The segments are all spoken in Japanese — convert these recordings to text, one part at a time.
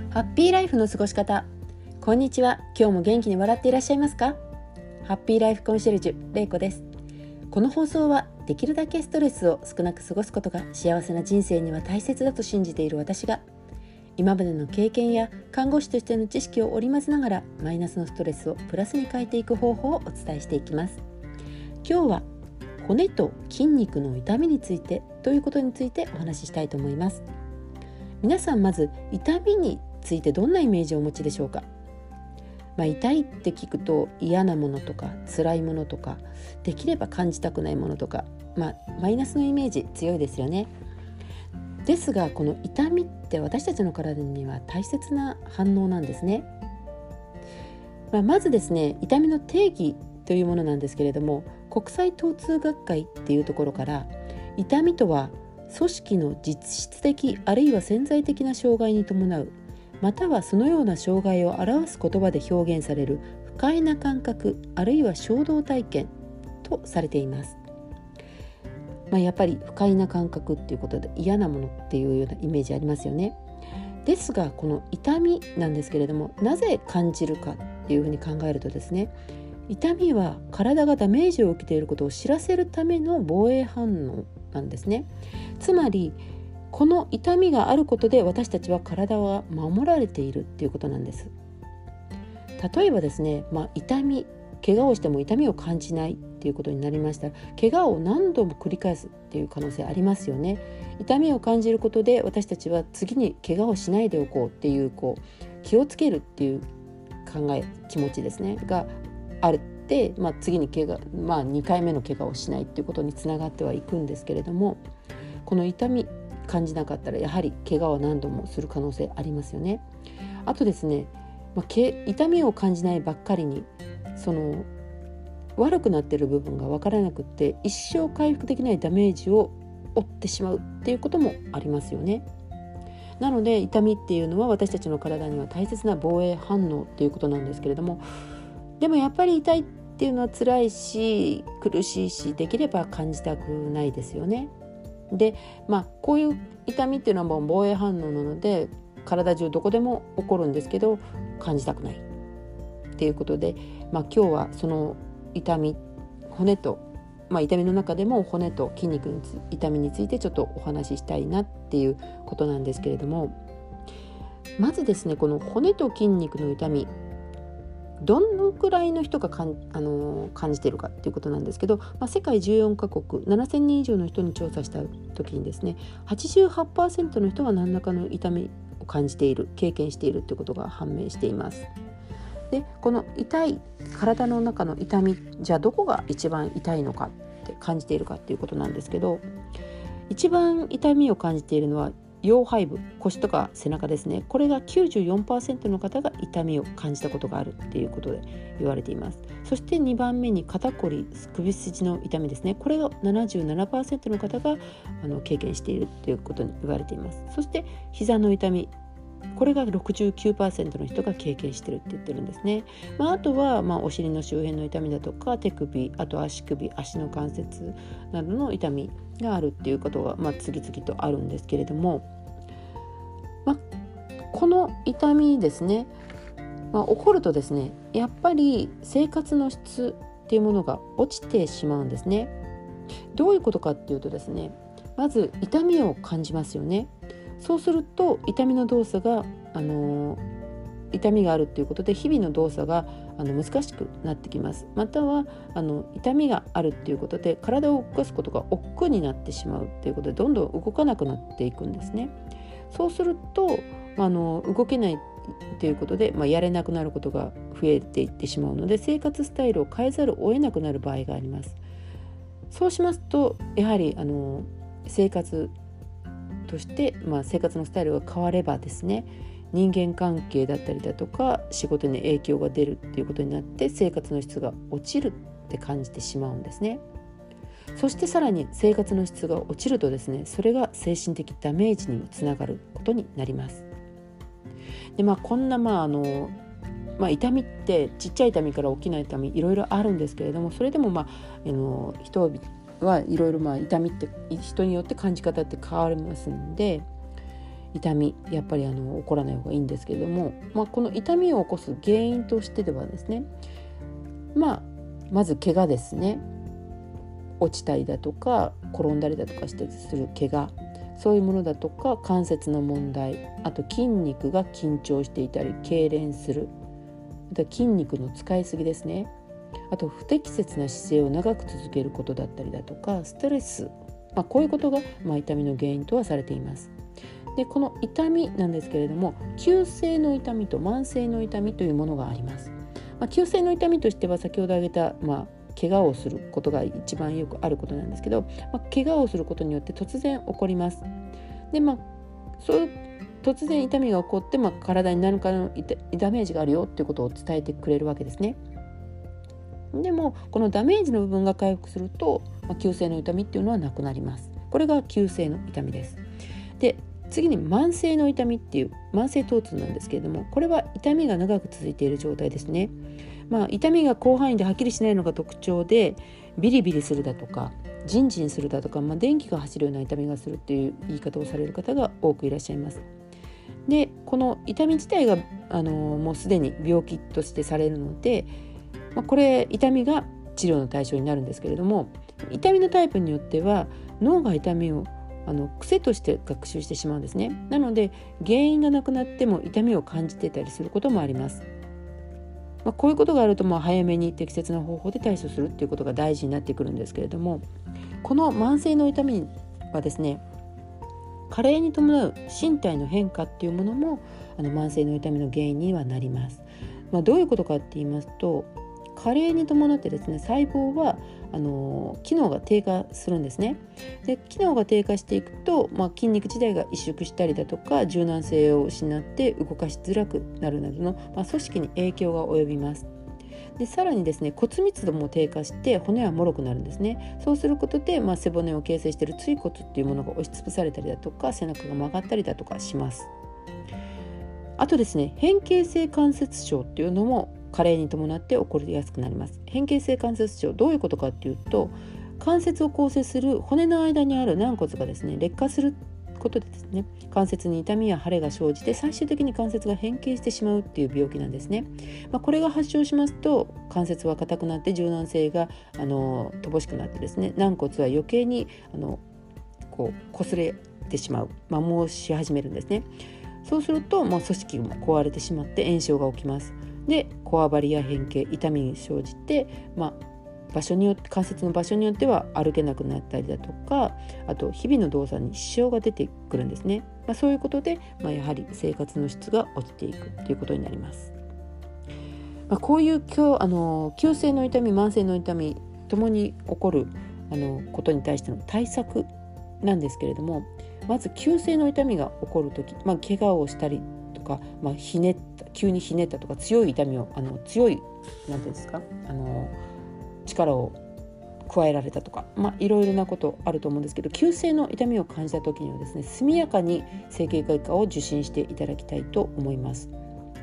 ハッピーライフの過ごし方。こんにちは。今日も元気に笑っていらっしゃいますか？ハッピーライフコンシェルジュれいこです。この放送はできるだけストレスを少なく過ごすことが幸せな人生には大切だと信じている私が、今までの経験や看護師としての知識を織り交ぜながらマイナスのストレスをプラスに変えていく方法をお伝えしていきます。今日は骨と筋肉の痛みについてということについてお話ししたいと思います。皆さん、まず痛みについてどんなイメージをお持ちでしょうか？痛いって聞くと嫌なものとか辛いものとか、できれば感じたくないものとか、マイナスのイメージ強いですよね。ですが、この痛みって私たちの体には大切な反応なんですね。まずですね、痛みの定義というものなんですけれども、国際疼痛学会っていうところから、痛みとは組織の実質的あるいは潜在的な障害に伴う、またはそのような障害を表す言葉で表現される不快な感覚あるいは衝動体験とされています。やっぱり不快な感覚っていうことで嫌なものっていうようなイメージありますよね。ですが、この痛みなんですけれども、なぜ感じるかっていうふうに考えるとですね、痛みは体がダメージを受けていることを知らせるための防衛反応なんですね。つまりこの痛みがあることで私たちは体は守られているっていうことなんです。例えばですね、怪我をしても痛みを感じないっていうことになりましたら、怪我を何度も繰り返すっていう可能性ありますよね。痛みを感じることで私たちは次に怪我をしないでおこうっていう、気をつけるっていう気持ちですねがあるって、次に2回目の怪我をしないっていうことにつながってはいくんですけれども、この痛み感じなかったらやはり怪我を何度もする可能性ありますよね。あとですね、痛みを感じないばっかりに悪くなっている部分が分からなくって一生回復できないダメージを負ってしまうっていうこともありますよね。なので痛みっていうのは私たちの体には大切な防衛反応っていうことなんですけれども、でもやっぱり痛いっていうのは辛いし苦しいし、できれば感じたくないですよね。で、こういう痛みっていうのはもう防衛反応なので体中どこでも起こるんですけど、感じたくないっていうことで、今日はその痛み、骨と、痛みの中でも骨と筋肉の痛みについてちょっとお話ししたいなっていうことなんですけれども、まずですね、この骨と筋肉の痛み、どのくらいの人が感じているかっていうことなんですけど、世界14カ国7000人以上の人に調査した時にですね、88% の人が何らかの痛みを感じている、経験しているということが判明しています。で、この体の中の痛み、じゃあどこが一番痛いのかって感じているかっていうことなんですけど、一番痛みを感じているのは腰背部、腰とか背中ですね。これが 94% の方が痛みを感じたことがあるっていうことで言われています。そして2番目に肩こり、首筋の痛みですね。これが 77% の方が経験しているということに言われています。そして膝の痛み、これが 69% の人が経験しているって言ってるんですね。あとはお尻の周辺の痛みだとか手首、あと足首、足の関節などの痛みがあるっていうことが次々とあるんですけれども、この痛みですね、起こるとですね、やっぱり生活の質っていうものが落ちてしまうんですね。どういうことかっていうとですね、まず痛みを感じますよね。そうすると痛みの動作が痛みがあるということで日々の動作が難しくなってきます。または痛みがあるということで体を動かすことが億劫になってしまうということで、どんどん動かなくなっていくんですね。そうすると、動けないということで、やれなくなることが増えていってしまうので、生活スタイルを変えざるを得なくなる場合があります。そうしますとやはり生活として、生活のスタイルが変わればですね、人間関係だったりだとか仕事に影響が出るっていうことになって生活の質が落ちるって感じてしまうんですね。そしてさらに生活の質が落ちるとですね、それが精神的ダメージにもつながることになります。で、こんな痛みってちっちゃい痛みから大きな痛みいろいろあるんですけれども、それでも人々はいろいろ痛みって人によって感じ方って変わりますので、 痛みやっぱり起こらない方がいいんですけれども、この痛みを起こす原因としてではですね、まず怪我ですね。落ちたりだとか転んだりだとかしてする怪我、そういうものだとか関節の問題、あと筋肉が緊張していたり痙攣する、あと筋肉の使いすぎですね。あと不適切な姿勢を長く続けることだったりだとかストレス、こういうことが、痛みの原因とはされています。でこの痛みなんですけれども、急性の痛みと慢性の痛みというものがあります。急性の痛みとしては先ほど挙げた、怪我をすることが一番よくあることなんですけど、怪我をすることによって突然起こります。でそういう突然痛みが起こって、体に何かのダメージがあるよっていうことを伝えてくれるわけですね。でもこのダメージの部分が回復すると、急性の痛みっていうのはなくなります。これが急性の痛みです。で次に慢性の痛みっていう慢性疼痛なんですけれども、これは痛みが長く続いている状態ですね。痛みが広範囲ではっきりしないのが特徴で、ビリビリするだとかジンジンするだとか、電気が走るような痛みがするっていう言い方をされる方が多くいらっしゃいます。でこの痛み自体がもうすでに病気としてされるので、これ痛みが治療の対象になるんですけれども、痛みのタイプによっては脳が痛みを癖として学習してしまうんですね。なので原因がなくなっても痛みを感じてたりすることもあります。こういうことがあると早めに適切な方法で対処するっていうことが大事になってくるんですけれども、この慢性の痛みはですね、加齢に伴う身体の変化っていうものも慢性の痛みの原因にはなります。どういうことかって言いますと、加齢に伴ってですね、細胞は機能が低下するんですね。で機能が低下していくと、筋肉自体が萎縮したりだとか柔軟性を失って動かしづらくなるなどの、組織に影響が及びます。でさらにですね、骨密度も低下して骨は脆くなるんですね。そうすることで、背骨を形成している椎骨っていうものが押しつぶされたりだとか背中が曲がったりだとかします。あとですね、変形性関節症っていうのも加齢に伴って起こりやすくなります。変形性関節症、どういうことかっていうと、関節を構成する骨の間にある軟骨がですね劣化することでですね、関節に痛みや腫れが生じて最終的に関節が変形してしまうっていう病気なんですね。これが発症しますと関節は硬くなって柔軟性が乏しくなってですね、軟骨は余計に擦れてしまう、摩耗し始めるんですね。そうすると組織も壊れてしまって炎症が起きます。でこわばりや変形、痛みに生じて、場所によって関節の場所によっては歩けなくなったりだとか、あと日々の動作に支障が出てくるんですね。そういうことで、やはり生活の質が落ちていくということになります。こういう急性の痛み慢性の痛みともに起こることに対しての対策なんですけれども、まず急性の痛みが起こるとき、怪我をしたりとか、急にひねったとか強い痛みを強いなんていうんですか力を加えられたとか、いろいろなことあると思うんですけど、急性の痛みを感じた時にはですね、速やかに整形外科を受診していただきたいと思います。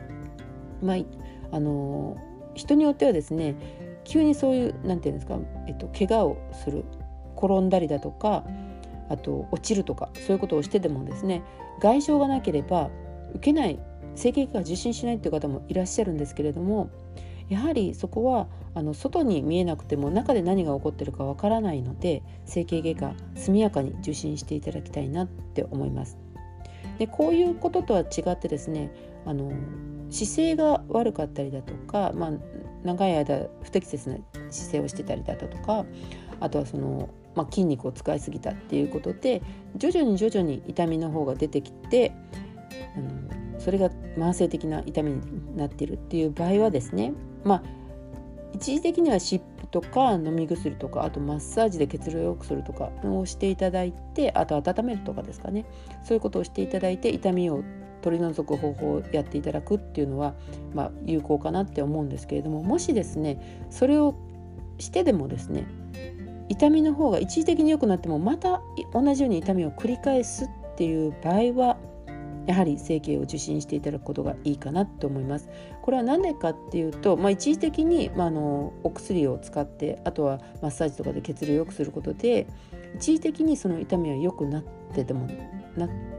人によってはですね、急にそういうなんていうんですか、怪我をする、転んだりだとか、あと落ちるとか、そういうことをしてでもですね、外傷がなければ受けない、整形外科を受診しないという方もいらっしゃるんですけれども、やはりそこは外に見えなくても中で何が起こっているかわからないので、整形外科速やかに受診していただきたいなって思います。でこういうこととは違ってですね、姿勢が悪かったりだとか、長い間不適切な姿勢をしてたりだとか、あとは筋肉を使いすぎたっていうことで徐々に痛みの方が出てきて、それが慢性的な痛みになっているっていう場合はですね、一時的には湿布とか飲み薬とか、あとマッサージで血流を良くするとかをしていただいて、あと温めるとかですかね、そういうことをしていただいて痛みを取り除く方法をやっていただくっていうのは、有効かなって思うんですけれども、もしですねそれをしてでもですね、痛みの方が一時的に良くなってもまた同じように痛みを繰り返すっていう場合は、やはり整形を受診していただくことがいいかなと思います。これは何でかっていうと、一時的に、お薬を使って、あとはマッサージとかで血流を良くすることで一時的にその痛みは良くなってでも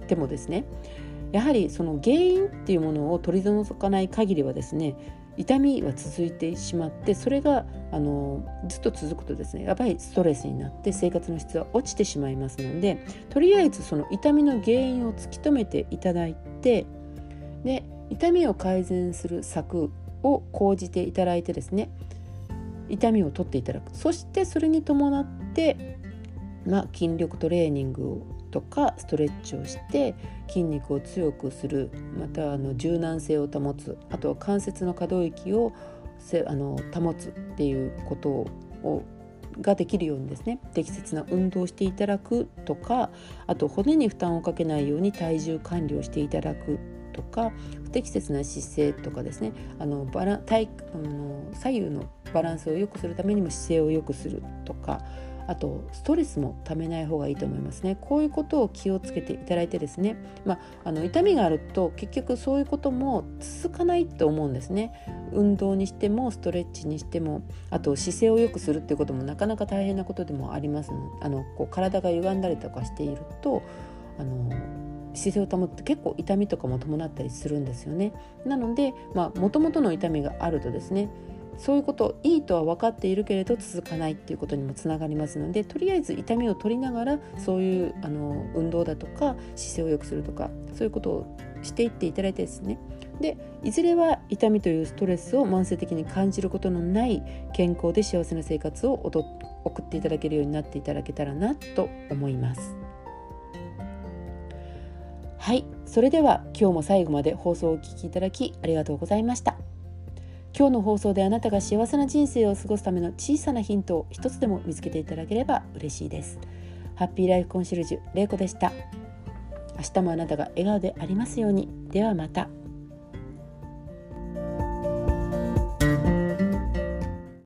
てもですね、やはりその原因っていうものを取り除かない限りはですね、痛みは続いてしまって、それがずっと続くとですね、やっぱりストレスになって生活の質は落ちてしまいますので、とりあえずその痛みの原因を突き止めていただいて、で痛みを改善する策を講じていただいてですね、痛みを取っていただく。そしてそれに伴って筋力トレーニングとかストレッチをして筋肉を強くする、また柔軟性を保つ、あとは関節の可動域を保つっていうことができるようにですね、適切な運動をしていただくとか、あと骨に負担をかけないように体重管理をしていただくとか、不適切な姿勢とかですね、左右のバランスを良くするためにも姿勢を良くするとか、あとストレスもためない方がいいと思いますね。こういうことを気をつけていただいてですね、痛みがあると結局そういうことも続かないと思うんですね。運動にしてもストレッチにしても、あと姿勢を良くするっていうこともなかなか大変なことでもありますので、体が歪んだりとかしていると姿勢を保って結構痛みとかも伴ったりするんですよね。なので元々の痛みがあるとですね、そういうこといいとは分かっているけれど続かないっていうことにもつながりますので、とりあえず痛みを取りながらそういう運動だとか姿勢を良くするとか、そういうことをしていっていただいてですね、でいずれは痛みというストレスを慢性的に感じることのない健康で幸せな生活を送っていただけるようになっていただけたらなと思います。はい、それでは今日も最後まで放送をお聞きいただきありがとうございました。今日の放送であなたが幸せな人生を過ごすための小さなヒントを一つでも見つけていただければ嬉しいです。ハッピーライフコンシェルジュれいこでした。明日もあなたが笑顔でありますように。ではまた。